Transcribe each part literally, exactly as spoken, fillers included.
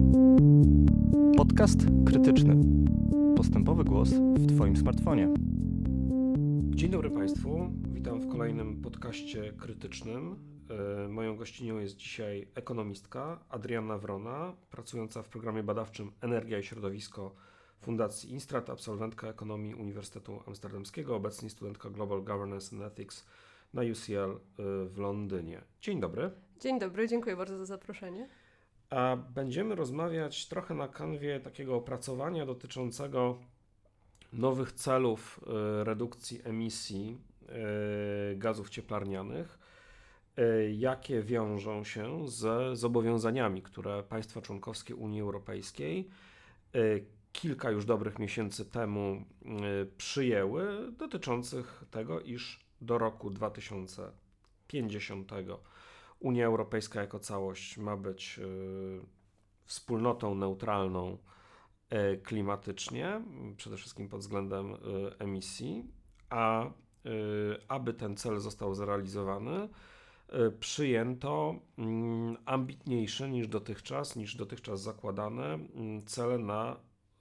Podcast krytyczny. Postępowy głos w Twoim smartfonie. Dzień dobry Państwu, witam w kolejnym podcaście krytycznym. Moją gościnią jest dzisiaj ekonomistka Adrianna Wrona, pracująca w programie badawczym Energia i Środowisko Fundacji Instrat, absolwentka ekonomii Uniwersytetu Amsterdamskiego, obecnie studentka Global Governance and Ethics na U C L w Londynie. Dzień dobry. Dzień dobry, dziękuję bardzo za zaproszenie. A będziemy rozmawiać trochę na kanwie takiego opracowania dotyczącego nowych celów redukcji emisji gazów cieplarnianych, jakie wiążą się ze zobowiązaniami, które państwa członkowskie Unii Europejskiej kilka już dobrych miesięcy temu przyjęły, dotyczących tego, iż do roku dwa tysiące pięćdziesiątego Unia Europejska jako całość ma być wspólnotą neutralną klimatycznie, przede wszystkim pod względem emisji, a aby ten cel został zrealizowany, przyjęto ambitniejsze niż dotychczas, niż dotychczas zakładane cele na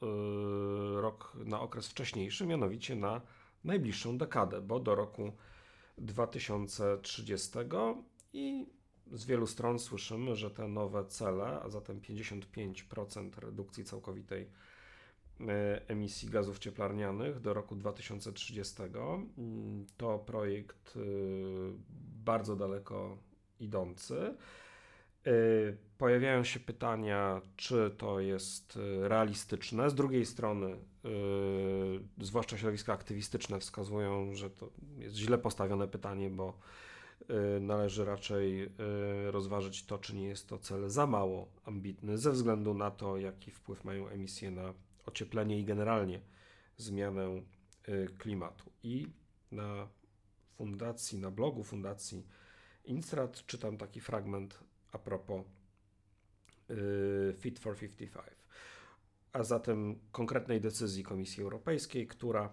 rok, na okres wcześniejszy, mianowicie na najbliższą dekadę, bo do roku dwa tysiące trzydziestego i z wielu stron słyszymy, że te nowe cele, a zatem pięćdziesiąt pięć procent redukcji całkowitej emisji gazów cieplarnianych do roku dwa tysiące trzydziestego, to projekt bardzo daleko idący. Pojawiają się pytania, czy to jest realistyczne. Z drugiej strony, zwłaszcza środowiska aktywistyczne wskazują, że to jest źle postawione pytanie, bo należy raczej rozważyć to, czy nie jest to cel za mało ambitny, ze względu na to, jaki wpływ mają emisje na ocieplenie i generalnie zmianę klimatu. I na fundacji, na blogu Fundacji Instrat czytam taki fragment a propos Fit for pięćdziesiąt pięć, a zatem konkretnej decyzji Komisji Europejskiej, która,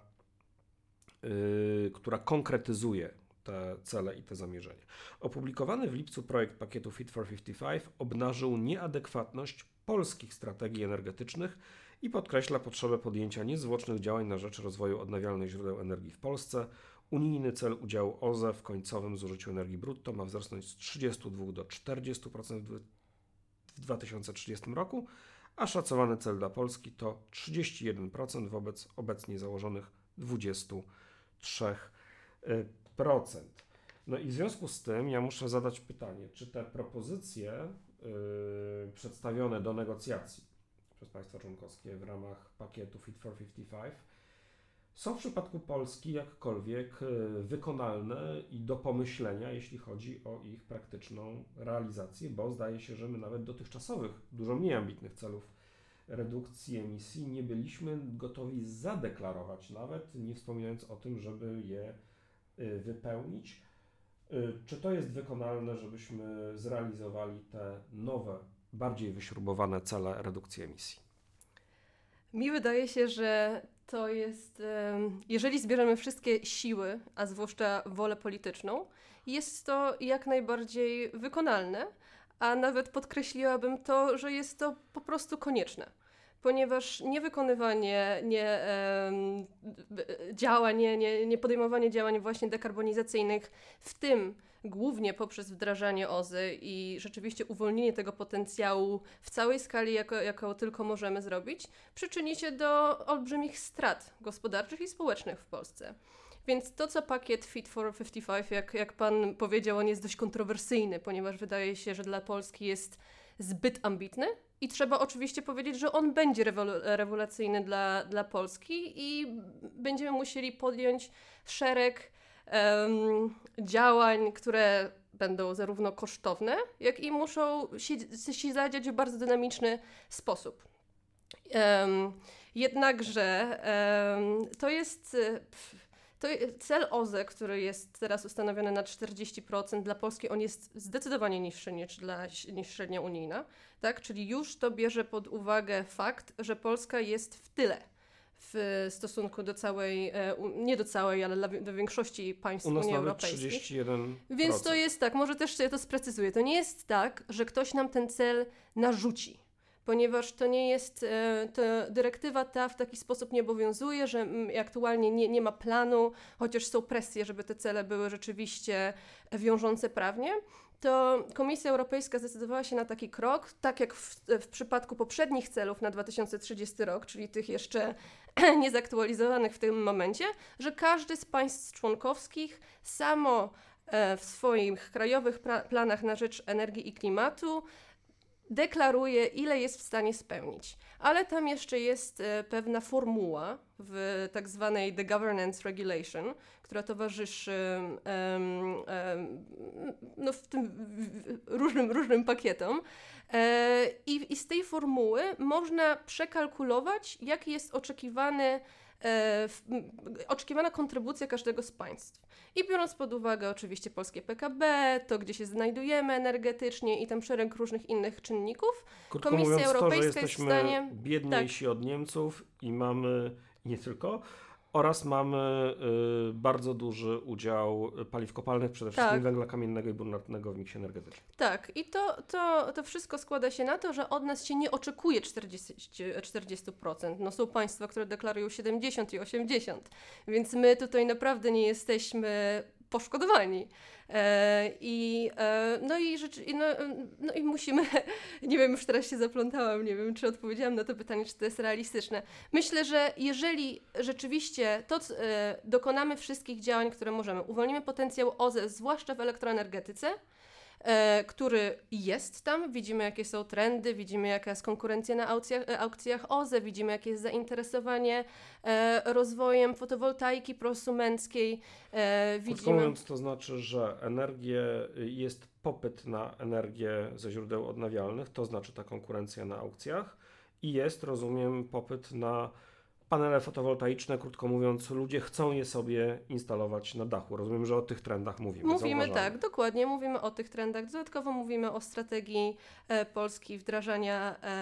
która konkretyzuje te cele i te zamierzenia. Opublikowany w lipcu projekt pakietu Fit for pięćdziesiąt pięć obnażył nieadekwatność polskich strategii energetycznych i podkreśla potrzebę podjęcia niezwłocznych działań na rzecz rozwoju odnawialnych źródeł energii w Polsce. Unijny cel udziału O Z E w końcowym zużyciu energii brutto ma wzrosnąć z trzydziestu dwóch do czterdziestu procent w dwa tysiące trzydziestym roku, a szacowany cel dla Polski to trzydzieści jeden procent wobec obecnie założonych dwudziestu trzech procent. No i w związku z tym ja muszę zadać pytanie, czy te propozycje yy, przedstawione do negocjacji przez państwa członkowskie w ramach pakietu Fit for pięćdziesiąt pięć są w przypadku Polski jakkolwiek wykonalne i do pomyślenia, jeśli chodzi o ich praktyczną realizację, bo zdaje się, że my nawet dotychczasowych, dużo mniej ambitnych celów redukcji emisji nie byliśmy gotowi zadeklarować, nawet nie wspominając o tym, żeby je wypełnić. Czy to jest wykonalne, żebyśmy zrealizowali te nowe, bardziej wyśrubowane cele redukcji emisji? Mi wydaje się, że to jest, jeżeli zbierzemy wszystkie siły, a zwłaszcza wolę polityczną, jest to jak najbardziej wykonalne, a nawet podkreśliłabym to, że jest to po prostu konieczne. Ponieważ niewykonywanie nie, e, działań, nie, nie, nie podejmowanie działań właśnie dekarbonizacyjnych, w tym głównie poprzez wdrażanie O Z E i rzeczywiście uwolnienie tego potencjału w całej skali, jako, jako tylko możemy zrobić, przyczyni się do olbrzymich strat gospodarczych i społecznych w Polsce. Więc to, co pakiet Fit for pięćdziesiąt pięć, jak, jak pan powiedział, on jest dość kontrowersyjny, ponieważ wydaje się, że dla Polski jest zbyt ambitny. I trzeba oczywiście powiedzieć, że on będzie rewolu- rewolucyjny dla, dla Polski i będziemy musieli podjąć szereg um, działań, które będą zarówno kosztowne, jak i muszą się, się zadziać w bardzo dynamiczny sposób. Um, jednakże um, to jest... Pff, To cel O Z E, który jest teraz ustanowiony na czterdzieści procent, dla Polski on jest zdecydowanie niższy niż, dla, niż średnia unijna, tak? Czyli już to bierze pod uwagę fakt, że Polska jest w tyle w stosunku do całej, nie do całej, ale do większości państw Unii Europejskiej. trzydzieści jeden procent. Więc to jest tak, może też ja to sprecyzuję, to nie jest tak, że ktoś nam ten cel narzuci. ponieważ to nie jest, to dyrektywa ta w taki sposób nie obowiązuje, że aktualnie nie, nie ma planu, chociaż są presje, żeby te cele były rzeczywiście wiążące prawnie. To Komisja Europejska zdecydowała się na taki krok, tak jak w, w przypadku poprzednich celów na dwa tysiące trzydziesty rok, czyli tych jeszcze niezaktualizowanych w tym momencie, że każdy z państw członkowskich samo w swoich krajowych pra- planach na rzecz energii i klimatu deklaruje, ile jest w stanie spełnić. Ale tam jeszcze jest e, pewna formuła w tak zwanej The Governance Regulation, która towarzyszy um, um, no w tym w, różnym, różnym pakietom. E, i, I z tej formuły można przekalkulować, jaki jest oczekiwany E, w, m, oczekiwana kontrybucja każdego z państw. I biorąc pod uwagę oczywiście polskie P K B, to gdzie się znajdujemy energetycznie i tam szereg różnych innych czynników, Krótko Komisja mówiąc, Europejska to, że jest w jesteśmy stanie... biedniejsi tak. od Niemców i mamy, i nie tylko, oraz mamy y, bardzo duży udział paliw kopalnych, przede wszystkim Tak. węgla kamiennego i brunatnego w miksie energetycznym. Tak, i to, to, to wszystko składa się na to, że od nas się nie oczekuje czterdzieści procent. No są państwa, które deklarują siedemdziesiąt i osiemdziesiąt, więc my tutaj naprawdę nie jesteśmy poszkodowani. E, i, e, no, i rzecz, no, no i musimy, nie wiem, już teraz się zaplątałam, nie wiem, czy odpowiedziałam na to pytanie, czy to jest realistyczne. Myślę, że jeżeli rzeczywiście to e, dokonamy wszystkich działań, które możemy, uwolnimy potencjał O Z E, zwłaszcza w elektroenergetyce, E, który jest tam, widzimy jakie są trendy, widzimy jaka jest konkurencja na aukcjach, aukcjach O Z E, widzimy jakie jest zainteresowanie e, rozwojem fotowoltaiki prosumenckiej. E, Krótko widzimy... mówiąc, to znaczy, że energię, jest popyt na energię ze źródeł odnawialnych, to znaczy ta konkurencja na aukcjach i jest, rozumiem, popyt na panele fotowoltaiczne, krótko mówiąc, ludzie chcą je sobie instalować na dachu. Rozumiem, że o tych trendach mówimy. Mówimy zauważamy. tak, dokładnie, mówimy o tych trendach. Dodatkowo mówimy o strategii e, Polski wdrażania e,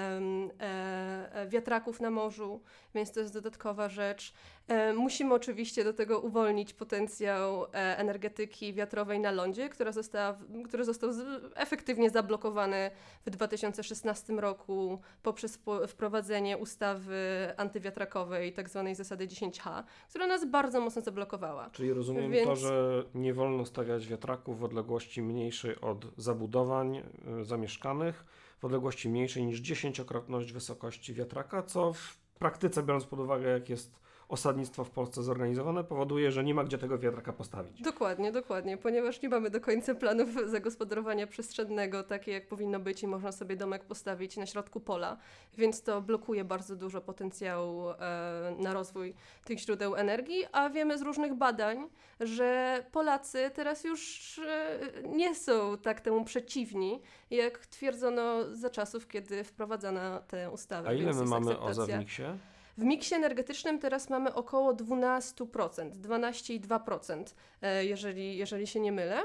e, wiatraków na morzu, więc to jest dodatkowa rzecz. E, musimy oczywiście do tego uwolnić potencjał e, energetyki wiatrowej na lądzie, która została, który został z, efektywnie zablokowany w dwa tysiące szesnastym roku poprzez po, wprowadzenie ustawy antywiatrakowej, tak zwanej zasady dziesięć H, która nas bardzo mocno zablokowała. Czyli rozumiem Więc... to, że nie wolno stawiać wiatraków w odległości mniejszej od zabudowań y, zamieszkanych, w odległości mniejszej niż dziesięciokrotność wysokości wiatraka, co w praktyce, biorąc pod uwagę, jak jest osadnictwo w Polsce zorganizowane, powoduje, że nie ma gdzie tego wiatraka postawić. Dokładnie, dokładnie, ponieważ nie mamy do końca planów zagospodarowania przestrzennego, takie jak powinno być i można sobie domek postawić na środku pola, więc to blokuje bardzo dużo potencjału e, na rozwój tych źródeł energii, a wiemy z różnych badań, że Polacy teraz już e, nie są tak temu przeciwni, jak twierdzono za czasów, kiedy wprowadzano tę ustawę. A ile więc my jest mamy O Z E w akceptacja. miksie? W miksie energetycznym teraz mamy około dwanaście procent, dwanaście przecinek dwa procent, jeżeli, jeżeli się nie mylę.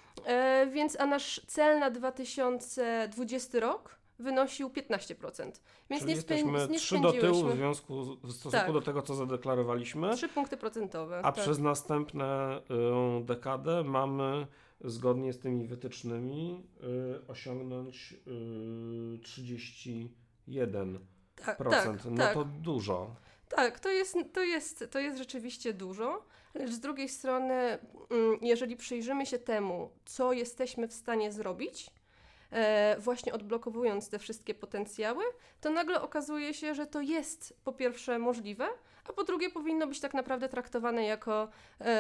E, więc a nasz cel na dwa tysiące dwudziesty rok wynosił piętnaście procent. Więc Czyli nie, spę- jesteśmy nie trzy do tyłu w spędziłyśmy związku z, w stosunku Tak. do tego, co zadeklarowaliśmy, trzy punkty procentowe. a tak. przez następną y, dekadę mamy zgodnie z tymi wytycznymi y, osiągnąć y, trzydzieści jeden procent. Tak, No tak. to dużo. Tak, to jest, to, jest, to jest rzeczywiście dużo, lecz z drugiej strony, mm, jeżeli przyjrzymy się temu, co jesteśmy w stanie zrobić, e, właśnie odblokowując te wszystkie potencjały, to nagle okazuje się, że to jest po pierwsze możliwe, a po drugie powinno być tak naprawdę traktowane jako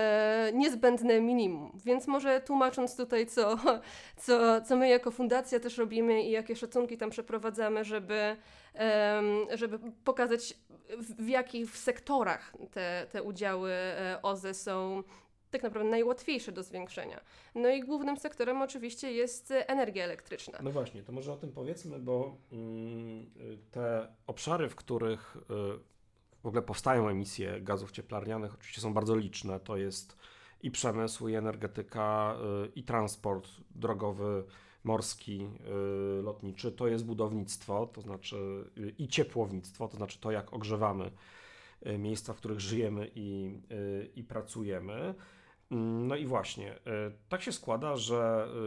e, niezbędne minimum. Więc może tłumacząc tutaj, co, co, co my jako fundacja też robimy i jakie szacunki tam przeprowadzamy, żeby, em, żeby pokazać w, w jakich sektorach te, te udziały e, O Z E są tak naprawdę najłatwiejsze do zwiększenia. No i głównym sektorem oczywiście jest energia elektryczna. No właśnie, to może o tym powiedzmy, bo mm, te obszary, w których y, w ogóle powstają emisje gazów cieplarnianych, oczywiście są bardzo liczne. To jest i przemysł, i energetyka, y, i transport drogowy, morski, y, lotniczy. To jest budownictwo, to znaczy y, i ciepłownictwo, to znaczy to, jak ogrzewamy y, miejsca, w których żyjemy i, y, i pracujemy. No i właśnie, y, tak się składa, że y,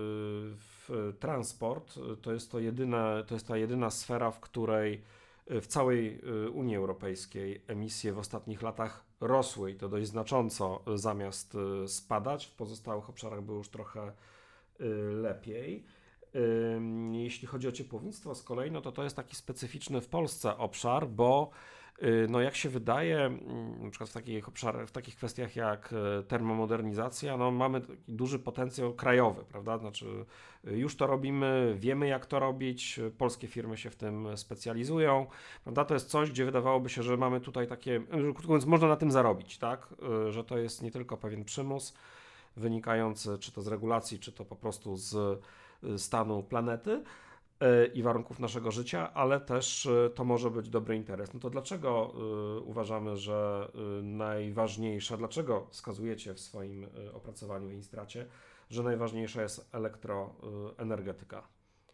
w transport y, to jest to jedyna, to jest ta jedyna sfera, w której y, w całej y, Unii Europejskiej emisje w ostatnich latach rosły i to dość znacząco, y, zamiast y, spadać. W pozostałych obszarach było już trochę y, lepiej. Y, Jeśli chodzi o ciepłownictwo z kolei, no to to jest taki specyficzny w Polsce obszar, bo y, no jak się wydaje, mm, na przykład w takich obszarach, w takich kwestiach jak y, termomodernizacja, no mamy taki duży potencjał krajowy, prawda? Znaczy y, już to robimy, wiemy jak to robić, y, polskie firmy się w tym specjalizują, prawda? To jest coś, gdzie wydawałoby się, że mamy tutaj takie, y, krótko mówiąc, można na tym zarobić, tak? Y, że to jest nie tylko pewien przymus wynikający czy to z regulacji, czy to po prostu z y, stanu planety i warunków naszego życia, ale też to może być dobry interes. No to dlaczego y, uważamy, że y, najważniejsza, dlaczego wskazujecie w swoim y, opracowaniu w Instracie, że najważniejsza jest elektroenergetyka?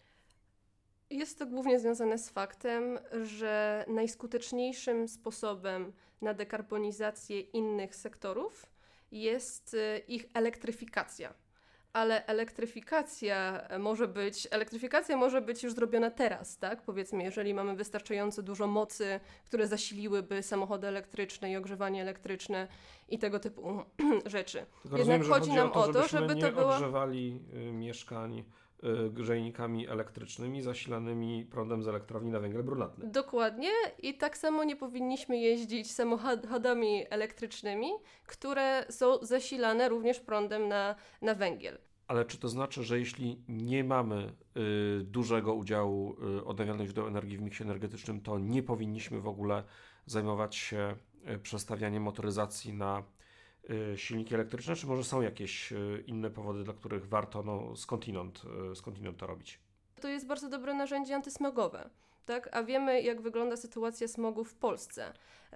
Jest to głównie związane z faktem, że najskuteczniejszym sposobem na dekarbonizację innych sektorów jest y, ich elektryfikacja. Ale elektryfikacja może być, elektryfikacja może być już zrobiona teraz, tak? Powiedzmy, jeżeli mamy wystarczająco dużo mocy, które zasiliłyby samochody elektryczne i ogrzewanie elektryczne i tego typu rzeczy. Tylko Jednak rozumiem, że chodzi nam o to, o to, żeby nie to była... ogrzewali y, mieszkań y, grzejnikami elektrycznymi zasilanymi prądem z elektrowni na węgiel brunatny. Dokładnie i tak samo nie powinniśmy jeździć samochodami elektrycznymi, które są zasilane również prądem na, na węgiel. Ale czy to znaczy, że jeśli nie mamy y, dużego udziału y, odnawialnych źródeł energii w miksie energetycznym, to nie powinniśmy w ogóle zajmować się y, przestawianiem motoryzacji na y, silniki elektryczne, czy może są jakieś y, inne powody, dla których warto no, skądinąd, y, skądinąd to robić? To jest bardzo dobre narzędzie antysmogowe, tak? A wiemy, jak wygląda sytuacja smogu w Polsce.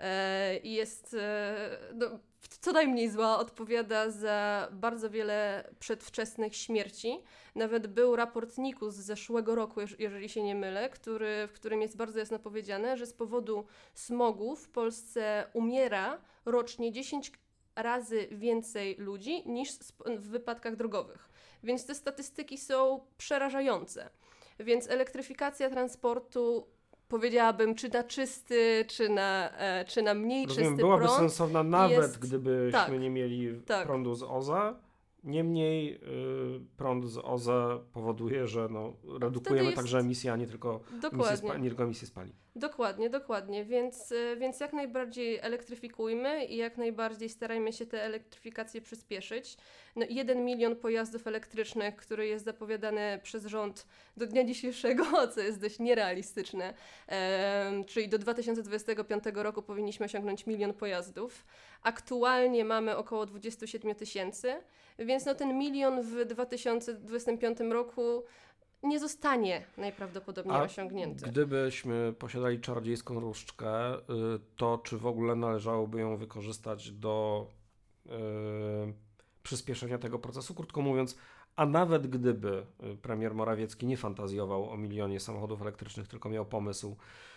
E, jest e, no, co najmniej zła, odpowiada za bardzo wiele przedwczesnych śmierci. Nawet był raport niku z zeszłego roku, jeżeli się nie mylę, który, w którym jest bardzo jasno powiedziane, że z powodu smogu w Polsce umiera rocznie dziesięć razy więcej ludzi niż w wypadkach drogowych. Więc te statystyki są przerażające. Więc elektryfikacja transportu, powiedziałabym, czy na czysty, czy na, e, czy na mniej Rozumiem, czysty byłaby prąd. sensowna nawet, jest... gdybyśmy tak, nie mieli tak. prądu z O Z E. Niemniej y, prąd z O Z E powoduje, że no, redukujemy jest... także emisję, a nie tylko emisję, spa- nie tylko emisję spalin. Dokładnie, dokładnie, więc, więc jak najbardziej elektryfikujmy i jak najbardziej starajmy się tę elektryfikację przyspieszyć. No, jeden milion pojazdów elektrycznych, który jest zapowiadany przez rząd do dnia dzisiejszego, co jest dość nierealistyczne, e, czyli do dwa tysiące dwudziestego piątego roku powinniśmy osiągnąć milion pojazdów. Aktualnie mamy około dwadzieścia siedem tysięcy, więc no, ten milion w dwa tysiące dwudziestym piątym roku nie zostanie najprawdopodobniej A osiągnięty. Gdybyśmy posiadali czarodziejską różdżkę, to czy w ogóle należałoby ją wykorzystać do yy, przyspieszenia tego procesu? Krótko mówiąc, a nawet gdyby premier Morawiecki nie fantazjował o milionie samochodów elektrycznych, tylko miał pomysł,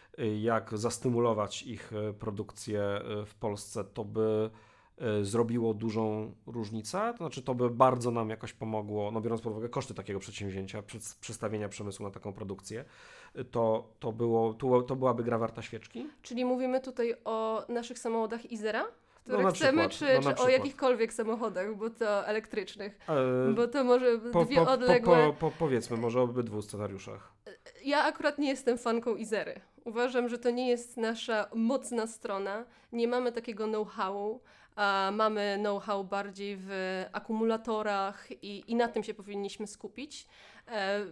jak zastymulować ich produkcję w Polsce, to by zrobiło dużą różnicę, to znaczy to by bardzo nam jakoś pomogło, no biorąc pod uwagę koszty takiego przedsięwzięcia, przestawienia przemysłu na taką produkcję, to, to, było, to, to byłaby gra warta świeczki? Czyli mówimy tutaj o naszych samochodach Izera, które no chcemy, przykład, czy, no czy o jakichkolwiek samochodach, bo to elektrycznych, e, bo to może po, dwie po, odległe... Po, po, po, powiedzmy, może o obydwu scenariuszach. Ja akurat nie jestem fanką Izery. Uważam, że to nie jest nasza mocna strona, nie mamy takiego know-howu, a mamy know-how bardziej w akumulatorach i, i na tym się powinniśmy skupić. E,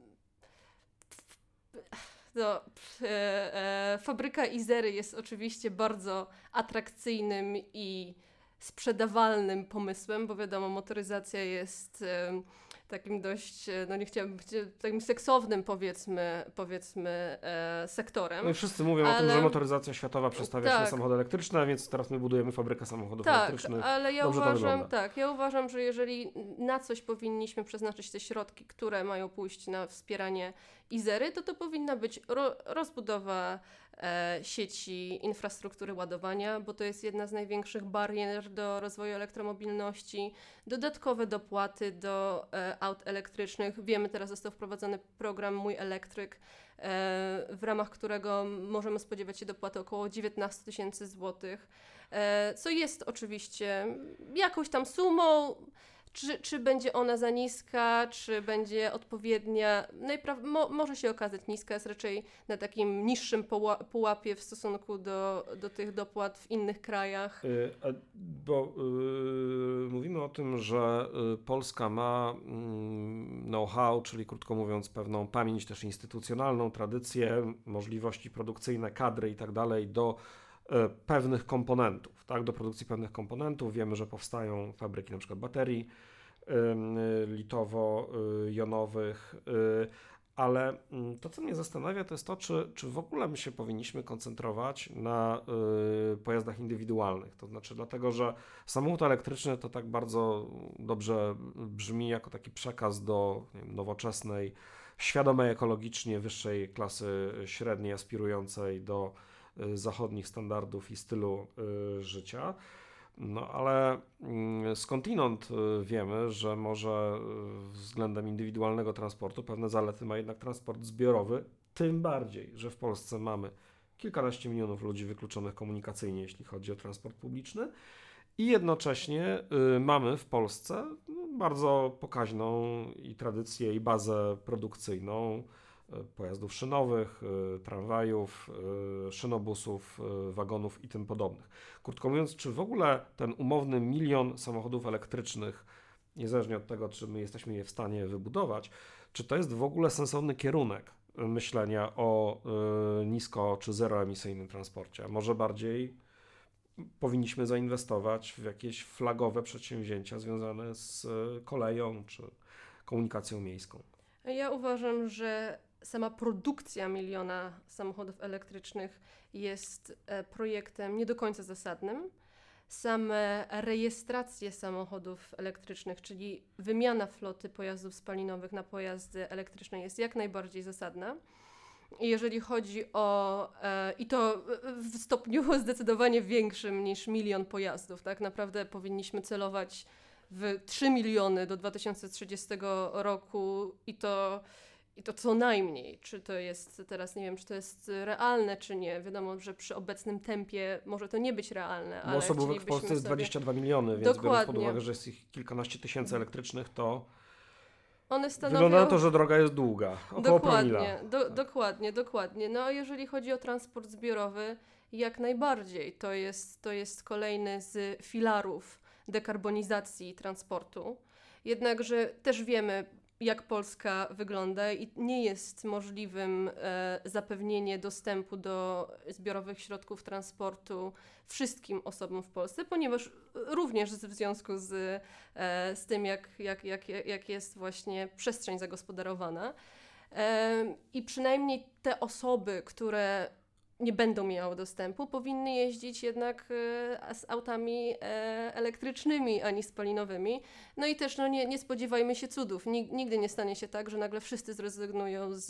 no, e, e, fabryka Izery jest oczywiście bardzo atrakcyjnym i sprzedawalnym pomysłem, bo wiadomo, motoryzacja jest e, takim dość, no nie chciałabym być takim seksownym powiedzmy, powiedzmy e, sektorem. No i wszyscy mówią ale... o tym, że motoryzacja światowa przestawia tak. się na samochody elektryczne, więc teraz my budujemy fabrykę samochodów tak, elektrycznych. Tak, ale ja Dobrze uważam, tak, ja uważam, że jeżeli na coś powinniśmy przeznaczyć te środki, które mają pójść na wspieranie Izery, to to powinna być ro, rozbudowa e, sieci infrastruktury ładowania, bo to jest jedna z największych barier do rozwoju elektromobilności. Dodatkowe dopłaty do e, aut elektrycznych. Wiemy, teraz został wprowadzony program Mój Elektryk, e, w ramach którego możemy spodziewać się dopłaty około dziewiętnaście tysięcy złotych, e, co jest oczywiście jakąś tam sumą. Czy, czy będzie ona za niska, czy będzie odpowiednia? Najpraw- mo- może się okazać niska, jest raczej na takim niższym poła- pułapie w stosunku do, do tych dopłat w innych krajach. Y, a- Bo y, mówimy o tym, że y, Polska ma mm, know-how, czyli krótko mówiąc pewną pamięć też instytucjonalną, tradycję, możliwości produkcyjne, kadry i tak dalej do y, pewnych komponentów, tak, do produkcji pewnych komponentów. Wiemy, że powstają fabryki na przykład baterii y, y, litowo-jonowych, y, ale mm, to, co mnie zastanawia, to jest to, czy, czy w ogóle my się powinniśmy koncentrować na y, pojazdach indywidualnych. To znaczy dlatego, że samochód elektryczny to tak bardzo dobrze brzmi jako taki przekaz do nie wiem, nowoczesnej, świadomej ekologicznie, wyższej klasy średniej, aspirującej do y, zachodnich standardów i stylu y, życia. No ale mm, skądinąd y, wiemy, że może y, względem indywidualnego transportu pewne zalety ma jednak transport zbiorowy, tym bardziej, że w Polsce mamy kilkanaście milionów ludzi wykluczonych komunikacyjnie, jeśli chodzi o transport publiczny i jednocześnie y, mamy w Polsce no, bardzo pokaźną i tradycję i bazę produkcyjną y, pojazdów szynowych, y, tramwajów, y, szynobusów, y, wagonów i tym podobnych. Krótko mówiąc, czy w ogóle ten umowny milion samochodów elektrycznych, niezależnie od tego, czy my jesteśmy je w stanie wybudować, czy to jest w ogóle sensowny kierunek myślenia o y, nisko czy zeroemisyjnym transporcie? Może bardziej powinniśmy zainwestować w jakieś flagowe przedsięwzięcia związane z y, koleją czy komunikacją miejską. Ja uważam, że sama produkcja miliona samochodów elektrycznych jest e, projektem nie do końca zasadnym. Same rejestracje samochodów elektrycznych, czyli wymiana floty pojazdów spalinowych na pojazdy elektryczne jest jak najbardziej zasadna. I jeżeli chodzi o, e, i to w stopniu zdecydowanie większym niż milion pojazdów, tak naprawdę powinniśmy celować w trzy miliony do dwa tysiące trzydziestego roku i to, i to co najmniej. Czy to jest teraz, nie wiem, czy to jest realne, czy nie. Wiadomo, że przy obecnym tempie może to nie być realne, Bo ale osobówek w Polsce jest sobie... dwadzieścia dwa miliony, więc Dokładnie. biorąc pod uwagę, że jest ich kilkanaście tysięcy elektrycznych, to One stanowią... wygląda na to, że droga jest długa, około promila. Dokładnie, do, dokładnie, dokładnie. No a jeżeli chodzi o transport zbiorowy, jak najbardziej. To jest, to jest kolejny z filarów dekarbonizacji transportu. Jednakże też wiemy, jak Polska wygląda i nie jest możliwym e, zapewnienie dostępu do zbiorowych środków transportu wszystkim osobom w Polsce, ponieważ również w związku z, e, z tym, jak, jak, jak, jak jest właśnie przestrzeń zagospodarowana. E, I przynajmniej te osoby, które nie będą miały dostępu, powinny jeździć jednak e, z autami e, elektrycznymi, a nie spalinowymi. No i też no, nie, nie spodziewajmy się cudów. Nig- nigdy nie stanie się tak, że nagle wszyscy zrezygnują z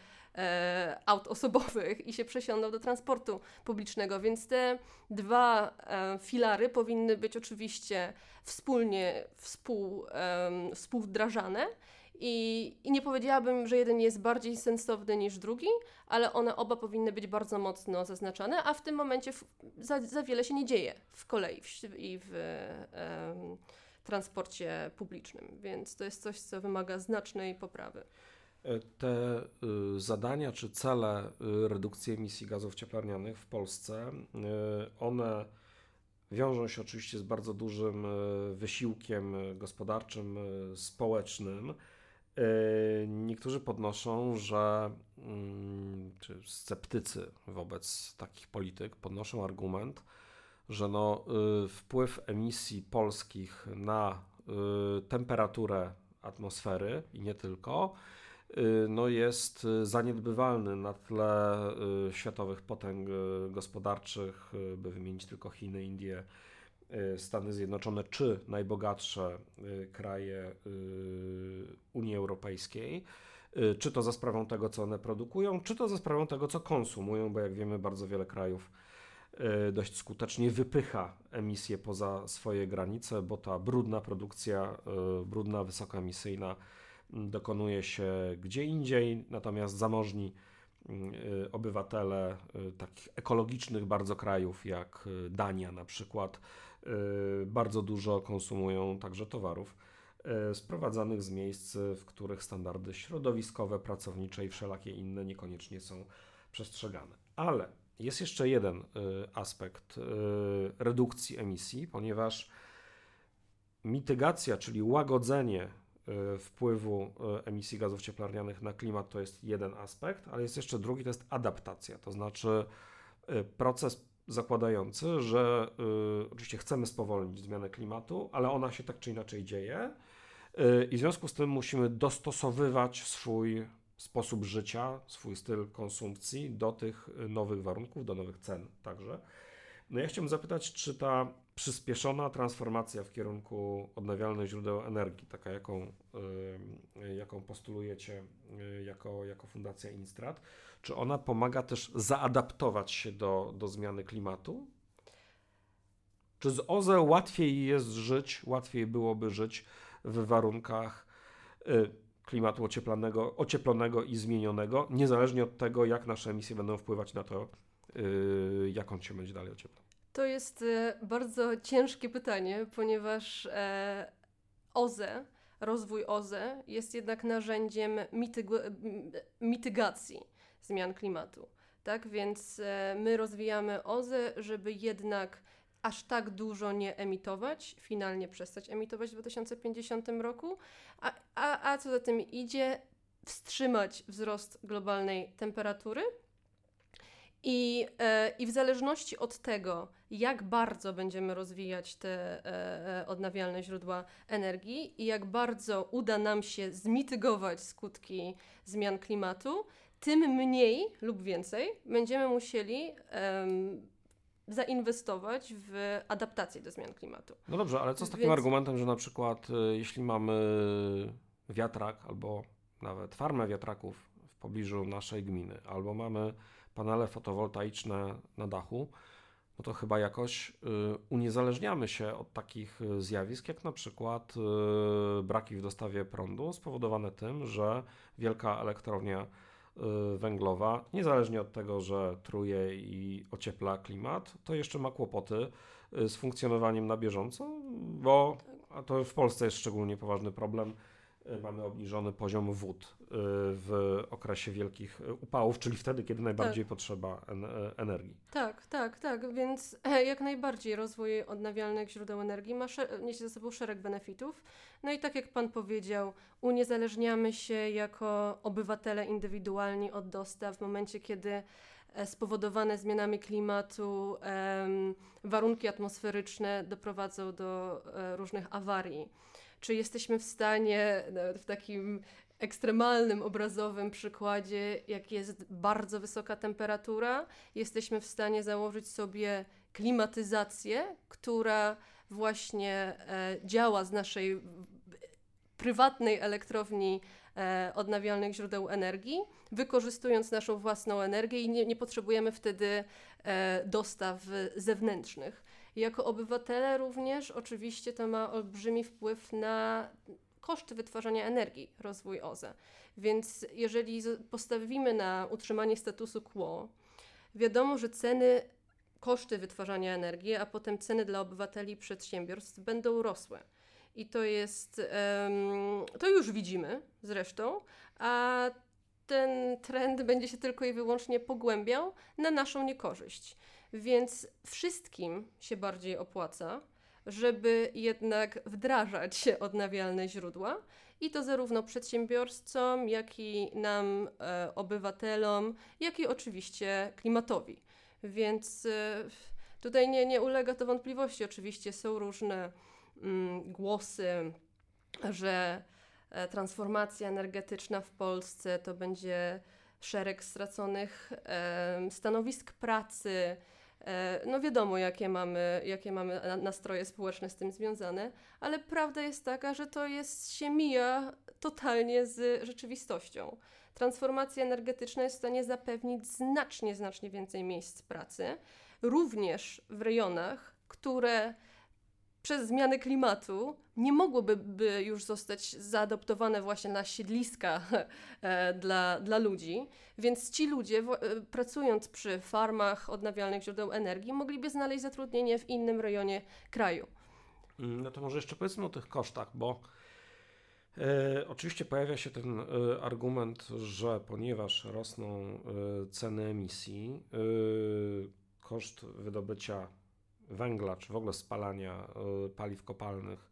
e, aut osobowych i się przesiądą do transportu publicznego. Więc te dwa e, filary powinny być oczywiście wspólnie współ, e, współwdrażane. I, I nie powiedziałabym, że jeden jest bardziej sensowny niż drugi, ale one oba powinny być bardzo mocno zaznaczane, a w tym momencie w, za, za wiele się nie dzieje w kolei w, i w em, transporcie publicznym, więc to jest coś, co wymaga znacznej poprawy. Te y, zadania czy cele y, redukcji emisji gazów cieplarnianych w Polsce, y, one wiążą się oczywiście z bardzo dużym y, wysiłkiem gospodarczym, y, społecznym. Y, niektórzy podnoszą, że mm, czy sceptycy wobec takich polityk podnoszą argument, że no, y, wpływ emisji polskich na y, temperaturę atmosfery i nie tylko, y, no jest zaniedbywalny na tle y, światowych potęg y, gospodarczych, y, by wymienić tylko Chiny, Indie, y, Stany Zjednoczone czy najbogatsze y, kraje y, Unii Europejskiej. czy to za sprawą tego, co one produkują, czy to za sprawą tego, co konsumują, bo jak wiemy, bardzo wiele krajów dość skutecznie wypycha emisje poza swoje granice, bo ta brudna produkcja, brudna, wysokoemisyjna dokonuje się gdzie indziej, natomiast zamożni obywatele takich ekologicznych bardzo krajów jak Dania na przykład bardzo dużo konsumują także towarów sprowadzanych z miejsc, w których standardy środowiskowe, pracownicze i wszelakie inne niekoniecznie są przestrzegane. Ale jest jeszcze jeden aspekt redukcji emisji, ponieważ mitygacja, czyli łagodzenie wpływu emisji gazów cieplarnianych na klimat to jest jeden aspekt, ale jest jeszcze drugi, to jest adaptacja, to znaczy proces zakładający, że y, oczywiście chcemy spowolnić zmianę klimatu, ale ona się tak czy inaczej dzieje y, i w związku z tym musimy dostosowywać swój sposób życia, swój styl konsumpcji do tych nowych warunków, do nowych cen także. No ja chciałbym zapytać, czy ta przyspieszona transformacja w kierunku odnawialnych źródeł energii, taka jaką, y, jaką postulujecie y, jako, jako Fundacja Instrat, czy ona pomaga też zaadaptować się do, do zmiany klimatu? Czy z O Z E łatwiej jest żyć, łatwiej byłoby żyć w warunkach y, klimatu ocieplonego, ocieplonego i zmienionego, niezależnie od tego, jak nasze emisje będą wpływać na to, y, jak on się będzie dalej ocieplał? To jest e, bardzo ciężkie pytanie, ponieważ e, O Z E, rozwój O Z E jest jednak narzędziem mitygu- mitygacji zmian klimatu. Tak więc e, my rozwijamy O Z E, żeby jednak aż tak dużo nie emitować, finalnie przestać emitować w dwa tysiące pięćdziesiątym roku, a, a, a co za tym idzie, wstrzymać wzrost globalnej temperatury. I, e, I w zależności od tego, jak bardzo będziemy rozwijać te e, e, odnawialne źródła energii i jak bardzo uda nam się zmitygować skutki zmian klimatu, tym mniej lub więcej będziemy musieli em, zainwestować w adaptację do zmian klimatu. No dobrze, ale co z takim Więc... argumentem, że na przykład y, jeśli mamy wiatrak albo nawet farmę wiatraków w pobliżu naszej gminy, albo mamy panele fotowoltaiczne na dachu, no to chyba jakoś y, uniezależniamy się od takich zjawisk, jak na przykład y, braki w dostawie prądu spowodowane tym, że wielka elektrownia y, węglowa, niezależnie od tego, że truje i ociepla klimat, to jeszcze ma kłopoty y, z funkcjonowaniem na bieżąco, bo a to w Polsce jest szczególnie poważny problem. Mamy obniżony poziom wód w okresie wielkich upałów, czyli wtedy, kiedy najbardziej tak. potrzeba energii. Tak, tak, tak, więc jak najbardziej rozwój odnawialnych źródeł energii ma szer- niesie ze sobą szereg benefitów. No i tak jak Pan powiedział, uniezależniamy się jako obywatele indywidualni od dostaw w momencie, kiedy spowodowane zmianami klimatu em, warunki atmosferyczne doprowadzą do e, różnych awarii. Czy jesteśmy w stanie, nawet w takim ekstremalnym, obrazowym przykładzie, jak jest bardzo wysoka temperatura, jesteśmy w stanie założyć sobie klimatyzację, która właśnie e, działa z naszej prywatnej elektrowni e, odnawialnych źródeł energii, wykorzystując naszą własną energię i nie, nie potrzebujemy wtedy e, dostaw zewnętrznych. Jako obywatele również oczywiście to ma olbrzymi wpływ na koszty wytwarzania energii, rozwój O Z E. Więc jeżeli postawimy na utrzymanie statusu quo, wiadomo, że ceny, koszty wytwarzania energii, a potem ceny dla obywateli i przedsiębiorstw będą rosły. I to jest, um, to już widzimy zresztą, a ten trend będzie się tylko i wyłącznie pogłębiał na naszą niekorzyść. Więc wszystkim się bardziej opłaca, żeby jednak wdrażać odnawialne źródła i to zarówno przedsiębiorcom, jak i nam, e, obywatelom, jak i oczywiście klimatowi. Więc e, tutaj nie, nie ulega to wątpliwości. Oczywiście są różne mm, głosy, że e, transformacja energetyczna w Polsce to będzie szereg straconych e, stanowisk pracy, No wiadomo, jakie mamy, jakie mamy nastroje społeczne z tym związane, ale prawda jest taka, że to jest, się mija totalnie z rzeczywistością. Transformacja energetyczna jest w stanie zapewnić znacznie, znacznie więcej miejsc pracy, również w rejonach, które przez zmiany klimatu nie mogłyby by już zostać zaadoptowane właśnie na siedliska dla, dla ludzi, więc ci ludzie pracując przy farmach odnawialnych źródeł energii mogliby znaleźć zatrudnienie w innym rejonie kraju. No to może jeszcze powiedzmy o tych kosztach, bo e, oczywiście pojawia się ten e, argument, że ponieważ rosną e, ceny emisji, e, koszt wydobycia węgla, czy w ogóle spalania y, paliw kopalnych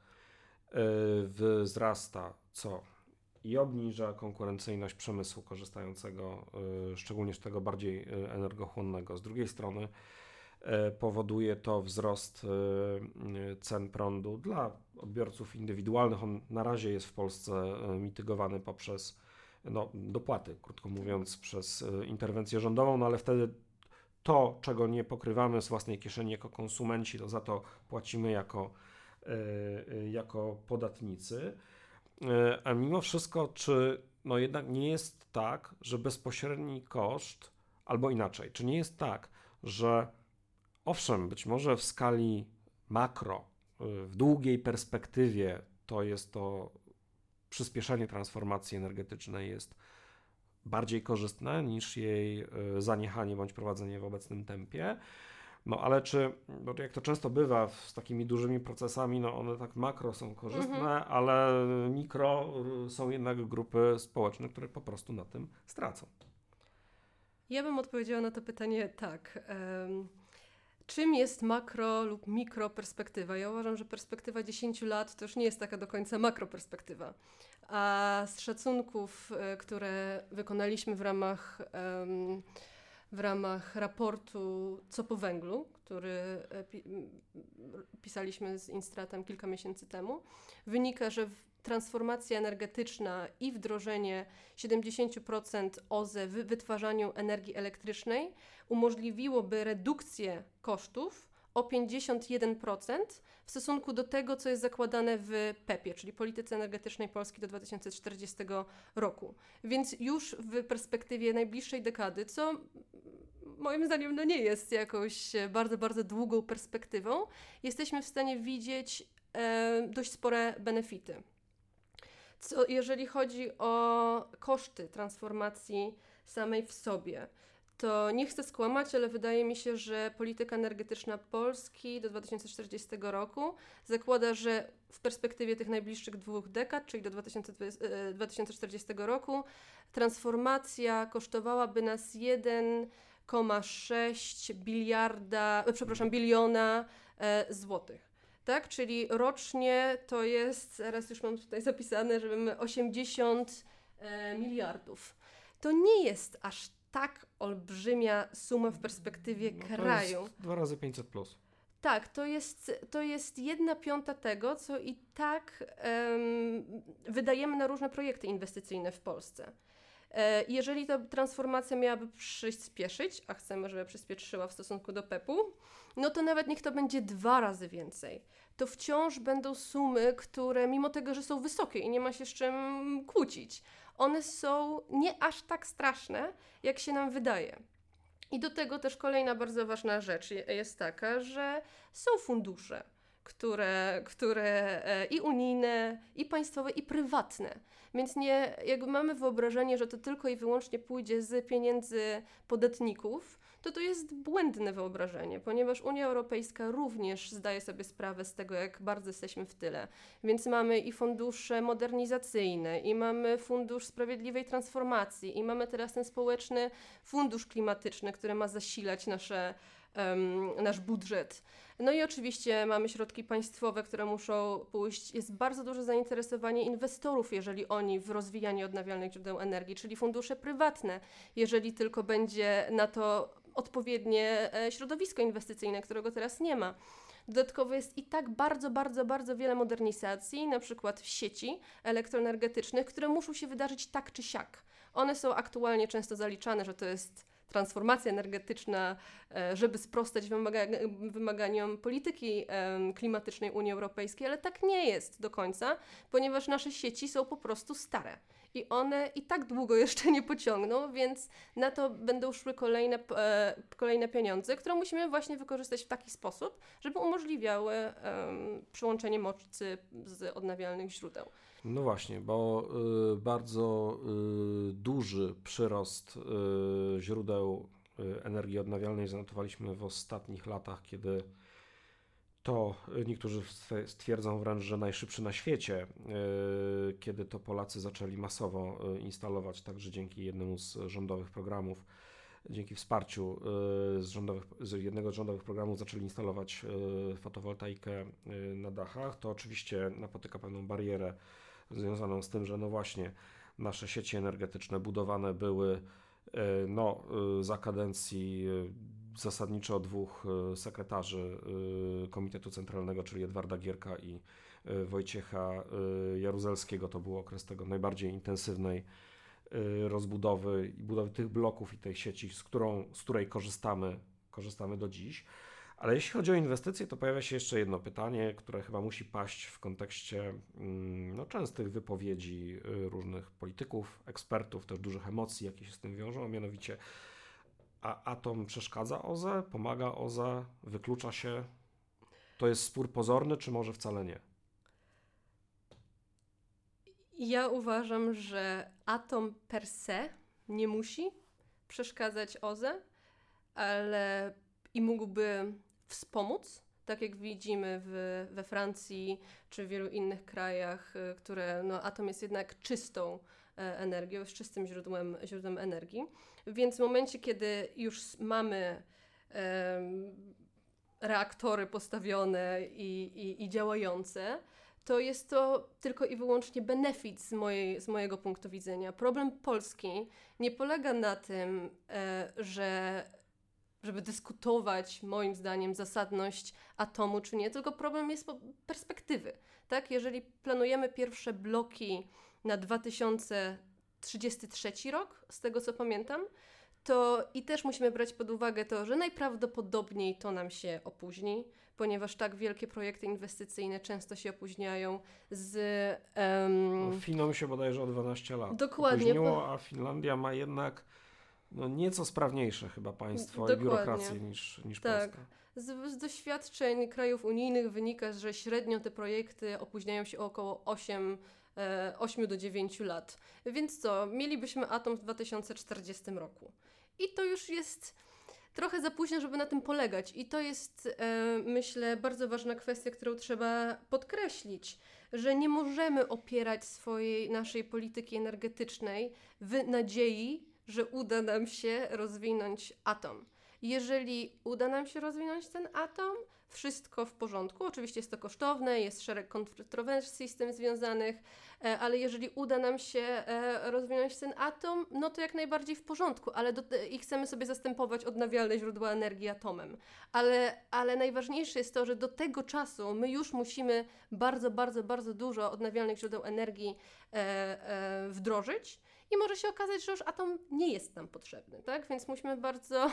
y, wzrasta, co i obniża konkurencyjność przemysłu korzystającego y, szczególnie z tego bardziej y, energochłonnego. Z drugiej strony y, powoduje to wzrost y, y, cen prądu dla odbiorców indywidualnych. On na razie jest w Polsce y, mitygowany poprzez no, dopłaty, krótko mówiąc, przez y, interwencję rządową, no ale wtedy to, czego nie pokrywamy z własnej kieszeni jako konsumenci, to za to płacimy jako, y, jako podatnicy. Y, a mimo wszystko, czy no jednak nie jest tak, że bezpośredni koszt, albo inaczej, czy nie jest tak, że owszem, być może w skali makro, y, w długiej perspektywie to jest to przyspieszenie transformacji energetycznej jest bardziej korzystne niż jej zaniechanie bądź prowadzenie w obecnym tempie. No ale czy, bo jak to często bywa z takimi dużymi procesami, no one tak makro są korzystne, mhm. ale mikro są jednak grupy społeczne, które po prostu na tym stracą. Ja bym odpowiedziała na to pytanie tak. Um, czym jest makro lub mikro perspektywa? Ja uważam, że perspektywa dziesięciu lat to już nie jest taka do końca makro perspektywa. A z szacunków, które wykonaliśmy w ramach, w ramach raportu Co po węglu, który pisaliśmy z Instratem kilka miesięcy temu, wynika, że transformacja energetyczna i wdrożenie siedemdziesiąt procent O Z E w wytwarzaniu energii elektrycznej umożliwiłoby redukcję kosztów o pięćdziesiąt jeden procent w stosunku do tego, co jest zakładane w P E P ie, czyli Polityce Energetycznej Polski do dwa tysiące czterdziestego roku. Więc już w perspektywie najbliższej dekady, co moim zdaniem no nie jest jakąś bardzo, bardzo długą perspektywą, jesteśmy w stanie widzieć e, dość spore benefity. Co, jeżeli chodzi o koszty transformacji samej w sobie, to nie chcę skłamać, ale wydaje mi się, że polityka energetyczna Polski do dwa tysiące czterdziestego roku zakłada, że w perspektywie tych najbliższych dwóch dekad, czyli do dwa tysiące czterdziestego roku, transformacja kosztowałaby nas jeden przecinek sześć biliarda, przepraszam, biliona e, złotych. Tak, czyli rocznie to jest, zaraz już mam tutaj zapisane, że mamy osiemdziesiąt e, miliardów. To nie jest aż tak olbrzymia suma w perspektywie no kraju. To jest dwa razy pięćset plus. Tak, to jest, to jest jedna piąta tego, co i tak um, wydajemy na różne projekty inwestycyjne w Polsce. E, jeżeli ta transformacja miałaby przyspieszyć, a chcemy, żeby przyspieszyła w stosunku do P E P u, no to nawet niech to będzie dwa razy więcej. To wciąż będą sumy, które mimo tego, że są wysokie i nie ma się z czym kłócić, one są nie aż tak straszne, jak się nam wydaje. I do tego też kolejna bardzo ważna rzecz jest taka, że są fundusze, które, które i unijne, i państwowe, i prywatne. Więc nie, jakby mamy wyobrażenie, że to tylko i wyłącznie pójdzie z pieniędzy podatników, to to jest błędne wyobrażenie, ponieważ Unia Europejska również zdaje sobie sprawę z tego, jak bardzo jesteśmy w tyle. Więc mamy i fundusze modernizacyjne, i mamy fundusz sprawiedliwej transformacji, i mamy teraz ten społeczny fundusz klimatyczny, który ma zasilać nasze, um, nasz budżet. No i oczywiście mamy środki państwowe, które muszą pójść. Jest bardzo duże zainteresowanie inwestorów, jeżeli oni w rozwijanie odnawialnych źródeł energii, czyli fundusze prywatne, jeżeli tylko będzie na to odpowiednie środowisko inwestycyjne, którego teraz nie ma. Dodatkowo jest i tak bardzo, bardzo, bardzo wiele modernizacji, na przykład w sieci elektroenergetycznych, które muszą się wydarzyć tak czy siak. One są aktualnie często zaliczane, że to jest transformacja energetyczna, żeby sprostać wymaga- wymaganiom polityki klimatycznej Unii Europejskiej, ale tak nie jest do końca, ponieważ nasze sieci są po prostu stare. I one i tak długo jeszcze nie pociągną, więc na to będą szły kolejne, e, kolejne pieniądze, które musimy właśnie wykorzystać w taki sposób, żeby umożliwiały e, przyłączenie mocy z odnawialnych źródeł. No właśnie, bo y, bardzo y, duży przyrost y, źródeł y, energii odnawialnej zanotowaliśmy w ostatnich latach, kiedy to niektórzy stwierdzą wręcz, że najszybszy na świecie, kiedy to Polacy zaczęli masowo instalować, także dzięki jednemu z rządowych programów, dzięki wsparciu z, rządowych, z jednego z rządowych programów zaczęli instalować fotowoltaikę na dachach. To oczywiście napotyka pewną barierę związaną z tym, że no właśnie nasze sieci energetyczne budowane były no, za kadencji zasadniczo dwóch sekretarzy Komitetu Centralnego, czyli Edwarda Gierka i Wojciecha Jaruzelskiego. To był okres tego najbardziej intensywnej rozbudowy i budowy tych bloków i tej sieci, z, którą, z której korzystamy, korzystamy do dziś. Ale jeśli chodzi o inwestycje, to pojawia się jeszcze jedno pytanie, które chyba musi paść w kontekście no, częstych wypowiedzi różnych polityków, ekspertów, też dużych emocji, jakie się z tym wiążą, a mianowicie a atom przeszkadza O Z E, pomaga O Z E, wyklucza się? To jest spór pozorny, czy może wcale nie? Ja uważam, że atom per se nie musi przeszkadzać O Z E, ale i mógłby wspomóc, tak jak widzimy w, we Francji czy w wielu innych krajach, które no, atom jest jednak czystą energią, jest czystym źródłem, źródłem energii. Więc w momencie, kiedy już mamy um, reaktory postawione i, i, i działające, to jest to tylko i wyłącznie benefit z, mojej, z mojego punktu widzenia. Problem Polski nie polega na tym, e, że żeby dyskutować, moim zdaniem, zasadność atomu czy nie, tylko problem jest perspektywy. Tak? Jeżeli planujemy pierwsze bloki na dwa tysiące trzydziesty trzeci rok, z tego co pamiętam, to i też musimy brać pod uwagę to, że najprawdopodobniej to nam się opóźni, ponieważ tak wielkie projekty inwestycyjne często się opóźniają z... Um... No, Finom się bodajże o dwanaście lat Dokładnie. opóźniło, a Finlandia ma jednak no, nieco sprawniejsze chyba państwo Dokładnie. i biurokrację niż, niż tak. Polska. Z, z doświadczeń krajów unijnych wynika, że średnio te projekty opóźniają się o około osiem do dziewięciu lat. Więc co? Mielibyśmy atom w dwa tysiące czterdziestym roku. I to już jest trochę za późno, żeby na tym polegać. I to jest, e, myślę, bardzo ważna kwestia, którą trzeba podkreślić, że nie możemy opierać swojej, naszej polityki energetycznej w nadziei, że uda nam się rozwinąć atom. Jeżeli uda nam się rozwinąć ten atom, wszystko w porządku. Oczywiście jest to kosztowne, jest szereg kontrowersji z tym związanych, ale jeżeli uda nam się rozwinąć ten atom, no to jak najbardziej w porządku, ale do, i chcemy sobie zastępować odnawialne źródła energii atomem. Ale, ale najważniejsze jest to, że do tego czasu my już musimy bardzo, bardzo, bardzo dużo odnawialnych źródeł energii e, e, wdrożyć. I może się okazać, że już atom nie jest nam potrzebny, tak? Więc musimy bardzo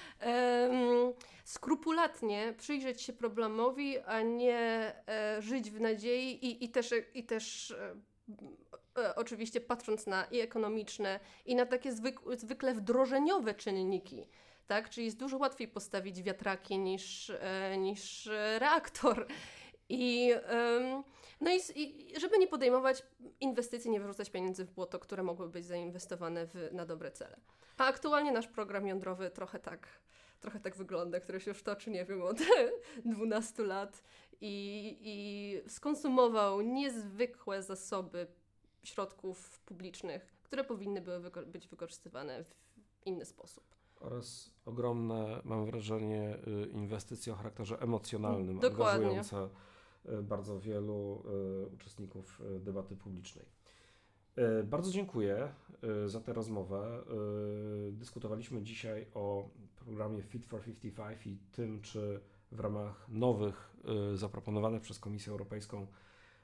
um, skrupulatnie przyjrzeć się problemowi, a nie e, żyć w nadziei i, i też, i też e, e, oczywiście patrząc na i ekonomiczne, i na takie zwyk- zwykle wdrożeniowe czynniki, tak? Czyli jest dużo łatwiej postawić wiatraki niż, e, niż reaktor. I, um, no i, i żeby nie podejmować inwestycji, nie wyrzucać pieniędzy w błoto, które mogły być zainwestowane w, na dobre cele. A aktualnie nasz program jądrowy trochę tak, trochę tak wygląda, który się już toczy, nie wiem, od dwunastu lat i, i skonsumował niezwykłe zasoby środków publicznych, które powinny były wyko- być wykorzystywane w inny sposób. Oraz ogromne, mam wrażenie, inwestycje o charakterze emocjonalnym, Dokładnie. angażujące bardzo wielu uczestników debaty publicznej. Bardzo dziękuję za tę rozmowę. Dyskutowaliśmy dzisiaj o programie Fit for pięćdziesiąt pięć i tym, czy w ramach nowych, zaproponowanych przez Komisję Europejską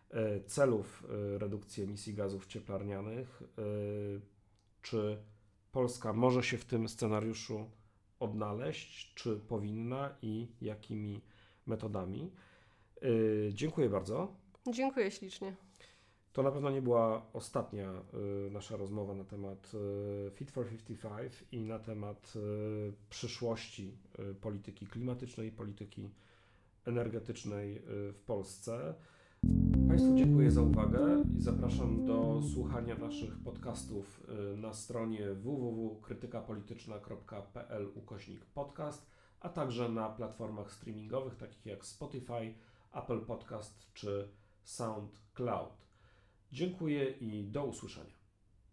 celów redukcji emisji gazów cieplarnianych, czy Polska może się w tym scenariuszu odnaleźć, czy powinna i jakimi metodami. Yy, dziękuję bardzo. Dziękuję ślicznie. To na pewno nie była ostatnia y, nasza rozmowa na temat y, Fit for pięćdziesiąt pięć i na temat y, przyszłości y, polityki klimatycznej i polityki energetycznej y, w Polsce. Państwu dziękuję za uwagę i zapraszam do słuchania naszych podcastów y, na stronie w w w kropka krytykapolityczna kropka p l ukośnik podcast, a także na platformach streamingowych takich jak Spotify, Apple Podcast czy SoundCloud. Dziękuję i do usłyszenia.